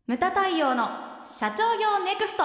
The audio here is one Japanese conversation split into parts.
ムタ太陽の社長業ネクスト。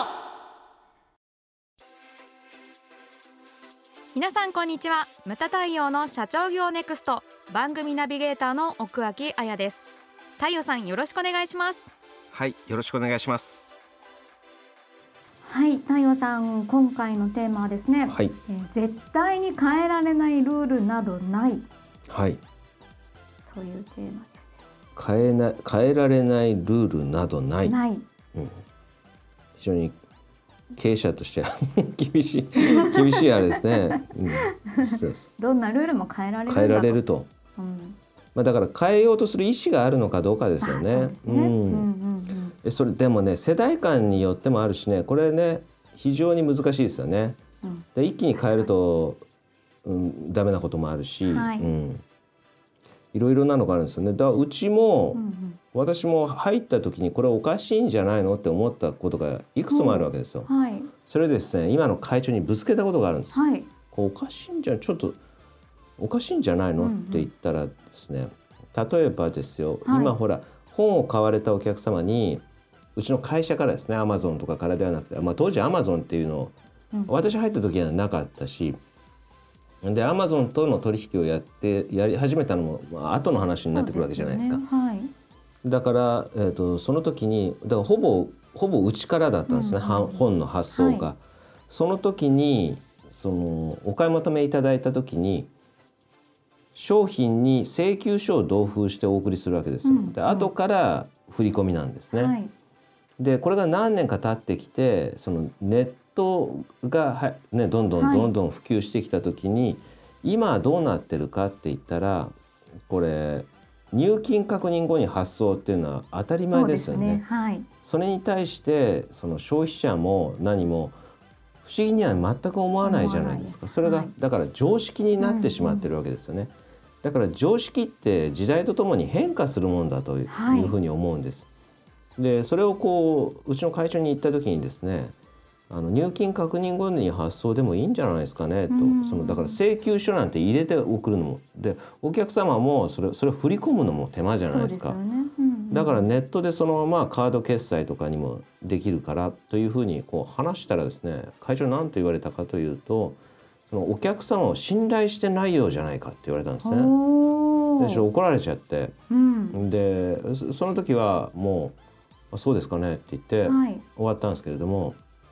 皆さんこんにちは。ムタ太陽の社長業ネクスト番組ナビゲーターの奥脇彩です。太陽さん、よろしくお願いします。 はい、よろしくお願いします。 はい、太陽さん、今回のテーマはですね、 はい、 絶対に変えられないルールなどないはい、 というテーマです。 変えられないルールなどない。 ない、 非常に経営者としては厳しいあれですね。そうです。 どんなルールも変えられるんだと。 変えられると。だから変えようとする意思があるのかどうかですよね。 そうですね。 それでもね、世代間によってもあるしね、これね非常に難しいですよね。で一気に変えると、ダメなこともあるし、いろいろなのがあるんですよね。だからうちも、私も入った時にこれおかしいんじゃないのって思ったことがいくつもあるわけですよ。それですね、今の会長にぶつけたことがあるんです。こうおかしいんじゃちょっとおかしいんじゃないのって言ったらですね、例えばですよ、今ほら本を買われたお客様にうちの会社からですね、アマゾンとかからではなくて、当時アマゾンっていうのを、私入った時はなかったし、でアマゾンとの取引をやり始めたのも、後の話になってくるわけじゃないですか。だから、その時にだからほぼうちからだったんですね、本の発送が。その時にお買い求めいただいた時に商品に請求書を同封してお送りするわけですよ。で後から振り込みなんですね。でこれが何年か経ってきて、そのネットがどんどん普及してきた時に、今どうなってるかって言ったら、これ入金確認後に発送っていうのは当たり前ですよね。それに対してその消費者も何も不思議には全く思わないじゃないですか。それがだから常識になってしまってるわけですよね。だから常識って時代とともに変化するものだというふうに思うんです。でそれをうちの会長に言った時にですね、入金確認後に発送でもいいんじゃないですかねと。だから請求書なんて入れて送るのもで、お客様もそれを振り込むのも手間じゃないですか。だからネットでそのままカード決済とかにもできるからというふうに話したらですね、会長何と言われたかというと、そのお客様を信頼してないようじゃないかって言われたんですね。で怒られちゃって、でその時はもうそうですかねって言って終わったんですけれども、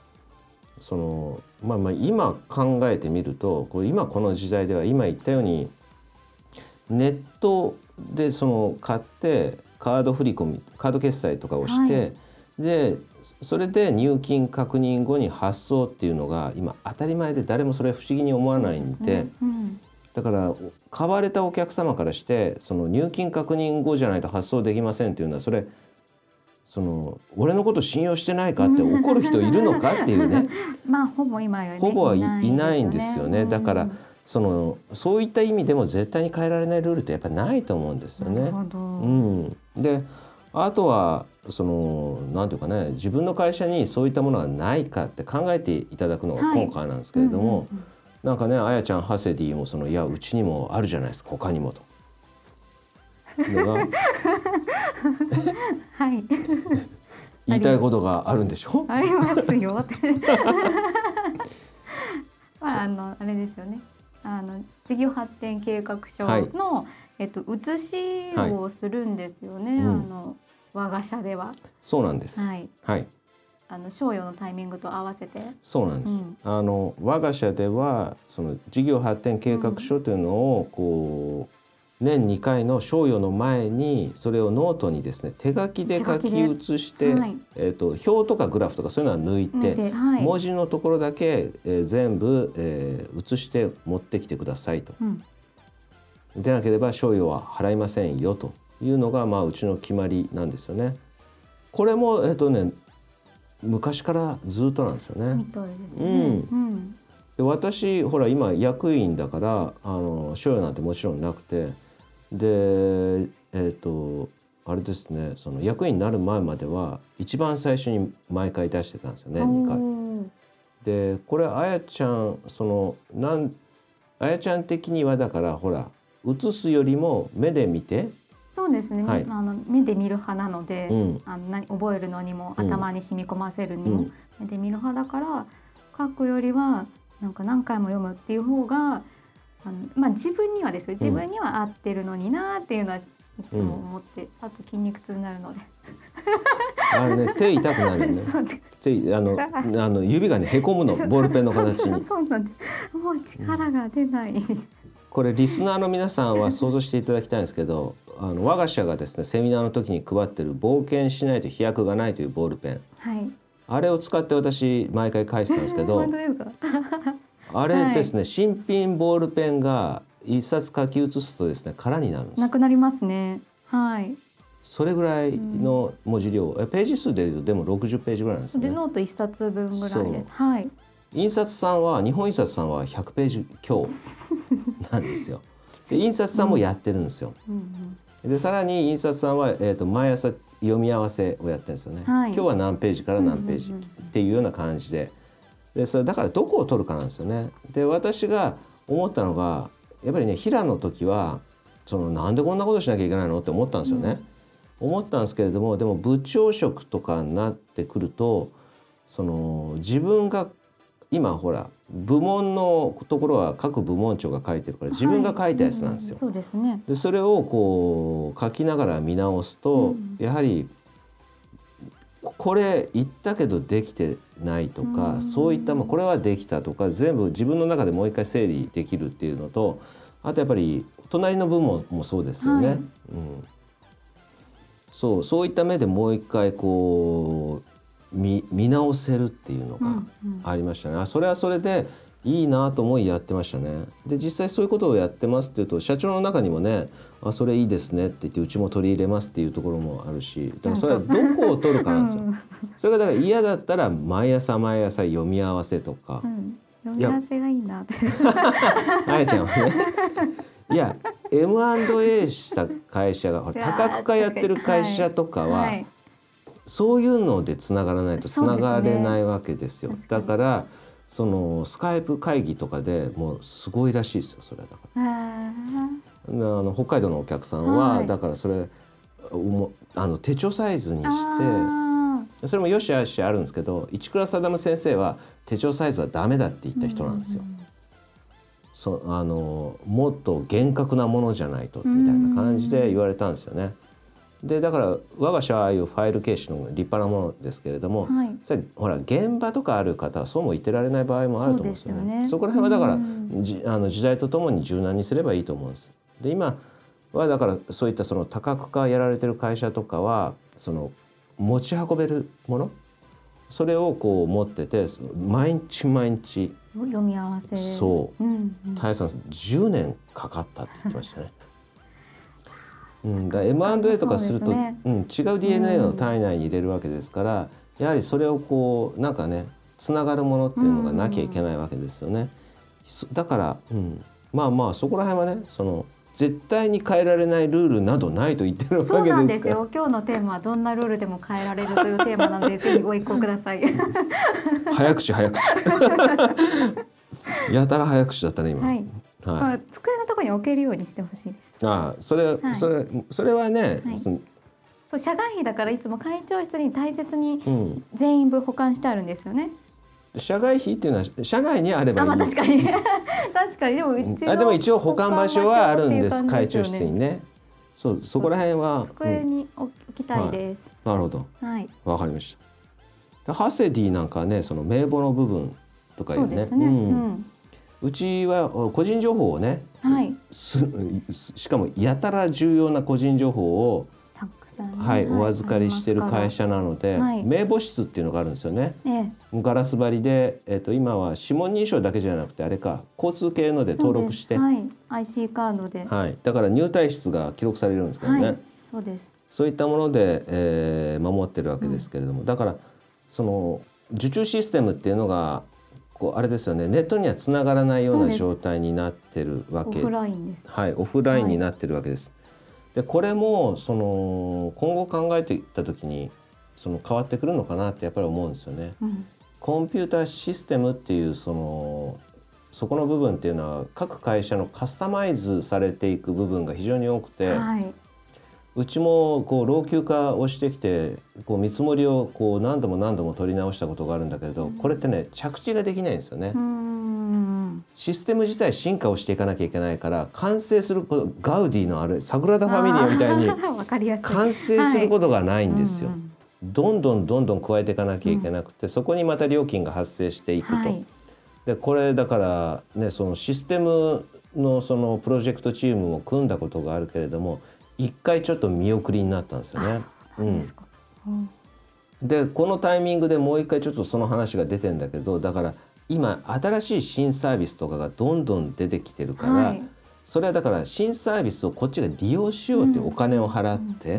今考えてみると、今この時代では今言ったようにネットで買ってカード振り込み、カード決済とかをして、でそれで入金確認後に発送っていうのが今当たり前で、誰もそれ不思議に思わないんで、だから買われたお客様からしてその入金確認後じゃないと発送できませんっていうのは、それ俺のこと信用してないかって怒る人いるのかっていうねほぼ今はね、 ほぼはいないんですよね。だからそういった意味でも絶対に変えられないルールってやっぱりないと思うんですよね。であとはなんていうかね、自分の会社にそういったものはないかって考えていただくのが今回なんですけれども、なんかね、あやちゃんハセディもいやうちにもあるじゃないですか、他にもとのが言いたいことがあるんでしょ。 ありますよあれですよね、事業発展計画書の、写しをするんですよね、我が社では。 そうなんです。 賞与のタイミングと合わせて。 そうなんです。我が社ではその事業発展計画書というのを年2回の賞与の前にそれをノートにですね、手書きで書き写して、表とかグラフとかそういうのは抜いて、文字のところだけ、全部、写して持ってきてくださいと。でなければ賞与は払いませんよというのが、うちの決まりなんですよね。これも昔からずっとなんですよね。で私ほら今役員だから賞与なんてもちろんなくて、であれですね、その役員になる前までは一番最初に毎回出してたんですよね、2回。でこれあやちゃんあやちゃん的にはだからほら写すよりも目で見てそうですね、 はい、 目で見る派なので、 うん、 覚えるのにも頭に染み込ませるにも、目で見る派だから書くよりはなんか何回も読むっていう方が自分にはですよ、自分には合ってるのになっていうのはいつも思って、あと筋肉痛になるので手痛くなるよね手指がねへこむのボールペンの形に。 そうなんです、もう力が出ない、 これリスナーの皆さんは想像していただきたいんですけど、我が社がですねセミナーの時に配ってる冒険しないと飛躍がないというボールペン、 はい、 あれを使って私毎回書いてたんですけどあれですね、はい、新品ボールペンが一冊書き写すとですね空になるんです。 なくなりますね。はい。 それぐらいの文字量、ページ数でいうとでも60ページぐらいなんですよね。 でノート1冊分ぐらいです。はい。 印刷さんは日本印刷さんは100ページ強なんですよ。で印刷さんもやってるんですよ。でさらに印刷さんは、毎朝読み合わせをやってるんですよね。はい、今日は何ページから何ページっていうような感じで、それだからどこを取るかなんですよね。で私が思ったのがやっぱりね平の時はなんでこんなことしなきゃいけないのって思ったんですよね。思ったんですけれども、でも部長職とかになってくると自分が今ほら部門のところは各部門長が書いてるから自分が書いたやつなんですよ。 そうですね。 でそれをこう書きながら見直すと、やはりこれ言ったけどできてないとか、そういったこれはできたとか全部自分の中でもう一回整理できるっていうのと、あとやっぱり隣の部門もそうですよね。そういった目でもう一回こう見直せるっていうのがありましたね。それはそれでいいなと思いやってましたね。で実際そういうことをやってますっていうと社長の中にもねそれいいですねって言ってうちも取り入れますっていうところもあるし、だからそれはどこを取るかなんですよ。それがだから嫌だったら毎朝読み合わせとか、 読み合わせがいいなってあやちゃんはねいや M&A した会社が多角化やってる会社とかは、そういうのでつながらないとつながれないわけですよ。だからスカイプ会議とかでもうすごいらしいですよ。それだから北海道のお客さんは、だからそれ手帳サイズにしてそれもよしあしあるんですけど、市倉定先生は手帳サイズはダメだって言った人なんですよ。もっと厳格なものじゃないとみたいな感じで言われたんですよね。でだから我が社はああいうファイル形式の立派なものですけれども、それほら現場とかある方はそうも言ってられない場合もあると思うんですよね。そこら辺はだから時代とともに柔軟にすればいいと思うんです。で今はだからそういった多角化やられてる会社とかは持ち運べるもの、それをこう持ってて毎日読み合わせ。 そう、大さん10年かかったって言ってましたね。だ M&A とかすると、違う DNA を体内に入れるわけですから、やはりそれをこうなんかねつながるものっていうのがなきゃいけないわけですよね。だから、そこら辺はね絶対に変えられないルールなどないと言ってるわけですから。そうなんですよ。 今日のテーマはどんなルールでも変えられるというテーマなのでぜひご一考ください。 早口やたら早口だったね今。 机のところに置けるようにしてほしいです。 それはね、 そう社外費だからいつも会長室に大切に全員分保管してあるんですよね。 社外費っていうのは社内にあればいい。 確かに確かにでも一応保管場所はあるんです、会長室にね。そこら辺は机に置きたいです。 なるほど。わかりました。ハセディなんかね名簿の部分とかいうね。うちは個人情報をね、しかもやたら重要な個人情報をお預かりしてる会社なので、名簿室っていうのがあるんですよね。ガラス張りで、今は指紋認証だけじゃなくてあれか交通系ので登録して、 IC カードで、 だから入退室が記録されるんですけどね。 そうです。 そういったもので、守ってるわけですけれども、だから受注システムっていうのがあれですよね、ネットにはつながらないような状態になってるわけ。 オフラインです。 オフラインになってるわけです。でこれも今後考えていった時に変わってくるのかなってやっぱり思うんですよね。コンピューターシステムっていうそこの部分っていうのは各会社のカスタマイズされていく部分が非常に多くて、 うちもこう老朽化をしてきてこう見積もりをこう何度も何度も取り直したことがあるんだけれど、これってね着地ができないんですよね。システム自体進化をしていかなきゃいけないから、完成することガウディのあれサグラダ・ファミリアみたいに完成することがないんですよ。どんどん加えていかなきゃいけなくて、そこにまた料金が発生していくと。でこれだからね、そのシステムのそのプロジェクトチームを組んだことがあるけれども、一回ちょっと見送りになったんですよね。でこのタイミングでもう一回ちょっとその話が出てんだけど、だから今新しい新サービスとかがどんどん出てきてるから、それはだから新サービスをこっちが利用しようってお金を払って、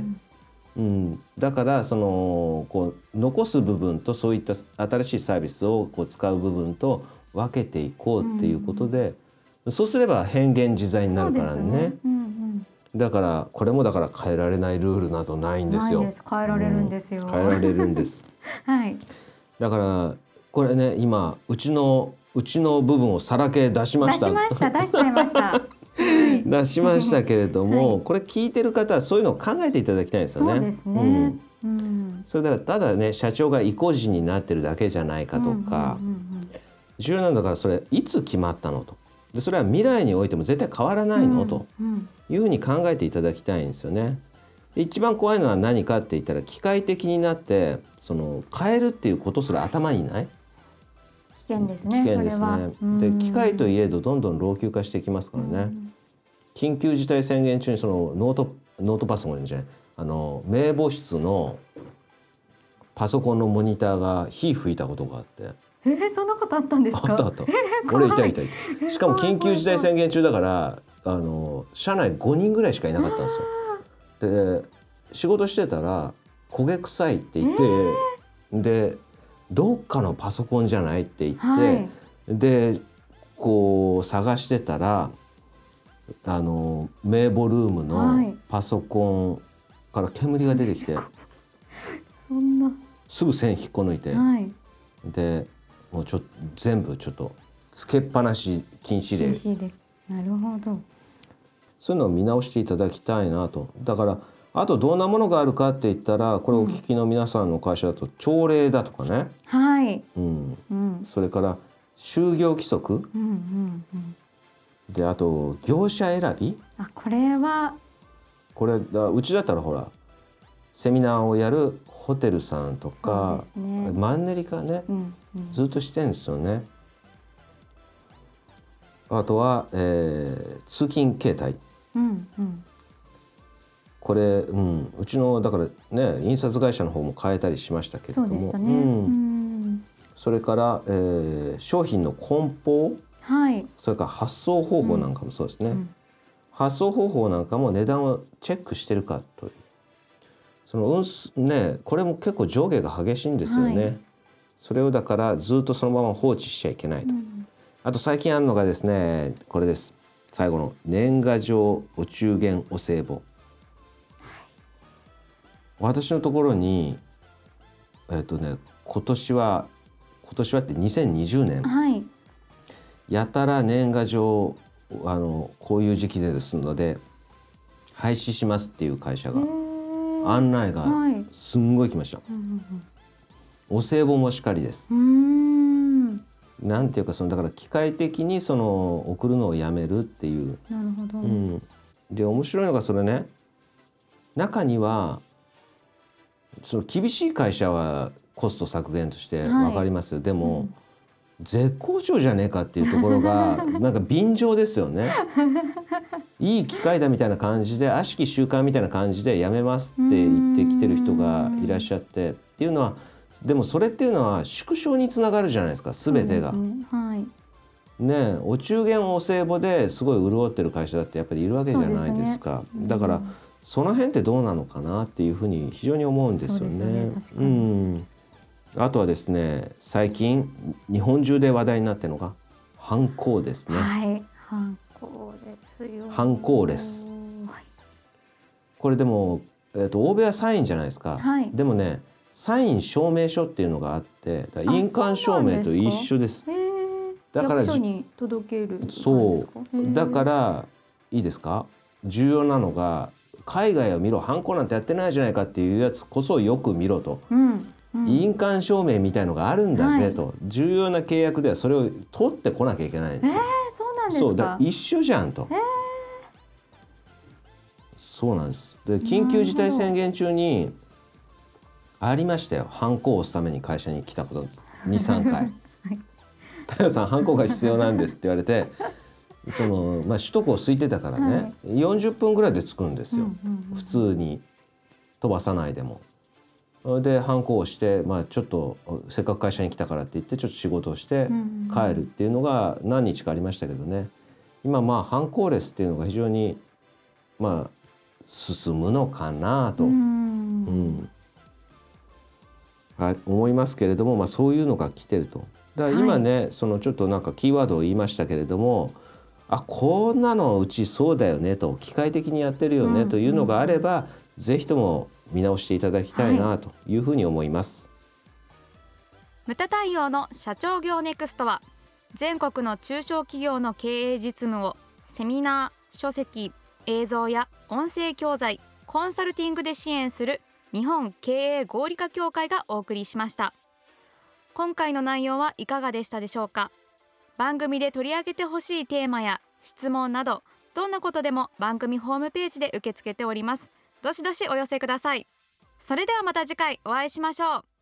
だからそのこう残す部分とそういった新しいサービスをこう使う部分と分けていこうっていうことで、そうすれば変幻自在になるからね。だからこれもだから変えられないルールなどないんですよ。 変えられるんですよ。 変えられるんです。だからこれね、今うちの部分をさらけ出しました。 出しちゃいました。 出しましたけれども、これ聞いてる方はそういうのを考えていただきたいんですよね。 そうですね。 それだからただね、社長が意固地になってるだけじゃないかとか、重要なんだからそれいつ決まったのと。でそれは未来においても絶対変わらないの、というふうに考えていただきたいんですよね。一番怖いのは何かって言ったら、機械的になってその変えるっていうことすら頭にない。 危険ですね。 危険ですね。で機械といえどどんどん老朽化していきますからね。緊急事態宣言中にそのノートパソコンじゃない、名簿室のパソコンのモニターが火吹いたことがあって。 そんなことあったんですか？ あった。俺いた。しかも緊急事態宣言中だから、社内5人ぐらいしかいなかったんですよ。で仕事してたら焦げ臭いって言って、でどっかのパソコンじゃないって言って、でこう探してたら名簿ルームのパソコンから煙が出てきて、 そんなすぐ線引っこ抜いて、でもう全部ちょっとつけっぱなし禁止令。 なるほど。 そういうのを見直していただきたいなと。だからあとどんなものがあるかって言ったら、これお聞きの皆さんの会社だと朝礼だとかね、それから就業規則、であと業者選び。 これうちだったらほらセミナーをやるホテルさんとか、マンネリ化ね、ずっとしてるんですよね。あとは、通勤形態、これ、うちのだからね印刷会社の方も変えたりしましたけれども、それから、商品の梱包、それから発送方法なんかもそうですね。発送方法なんかも値段をチェックしてるかという、そのこれも結構上下が激しいんですよね。それをだからずっとそのまま放置しちゃいけないと。あと最近あるのがですね、これです。最後の年賀状お中元お歳暮。私のところに今年はって2020年、やたら年賀状こういう時期でですので廃止しますっていう会社が案内がすんごい来ました。お歳暮もしかりです。なんていうかだから機械的に送るのをやめるっていう。 なるほど。 で面白いのがそれね、中にはその厳しい会社はコスト削減として分かりますよ。でも、絶好調じゃねえかっていうところがなんか便乗ですよね。いい機会だみたいな感じで、悪しき習慣みたいな感じでやめますって言ってきてる人がいらっしゃって、っていうのはでもそれっていうのは縮小につながるじゃないですか、全てが。ね、お中元お歳暮ですごい潤ってる会社だってやっぱりいるわけじゃないですか。だからその辺ってどうなのかなっていうふうに非常に思うんですよね。あとはですね、最近日本中で話題になってるのがハンコですね。 ハンコですよ。 ハンコです。これでも、欧米はサインじゃないですか。でもね、サイン証明書っていうのがあって、印鑑証明と一緒です。だから役所に届ける。 そうだからいいですか、重要なのが海外を見ろ、ハンコなんてやってないじゃないかっていうやつこそよく見ろと、印鑑証明みたいのがあるんだぜと、重要な契約ではそれを取ってこなきゃいけないんですよ。 そうなんですか。 そうだ、一緒じゃんと。そうなんです。で緊急事態宣言中にありましたよ、ハンコを押すために会社に来たこと2、3回太陽さんハンコが必要なんですって言われて、首都高空いてたからね、40分ぐらいで着くんですよ、普通に飛ばさないでも。でハンコをして、ちょっとせっかく会社に来たからって言ってちょっと仕事をして帰るっていうのが何日かありましたけどね。今ハンコーレスっていうのが非常に進むのかなと、思いますけれども、そういうのが来てると。だから今ね、ちょっとなんかキーワードを言いましたけれども、こんなのうちそうだよねと、機械的にやってるよねというのがあれば、ぜひとも見直していただきたいなというふうに思います。 ムタ太陽の社長業ネクストは、全国の中小企業の経営実務をセミナー、書籍、映像や音声教材、コンサルティングで支援する日本経営合理化協会がお送りしました。今回の内容はいかがでしたでしょうか。番組で取り上げてほしいテーマや質問など、どんなことでも番組ホームページで受け付けております。どしどしお寄せください。それではまた次回お会いしましょう。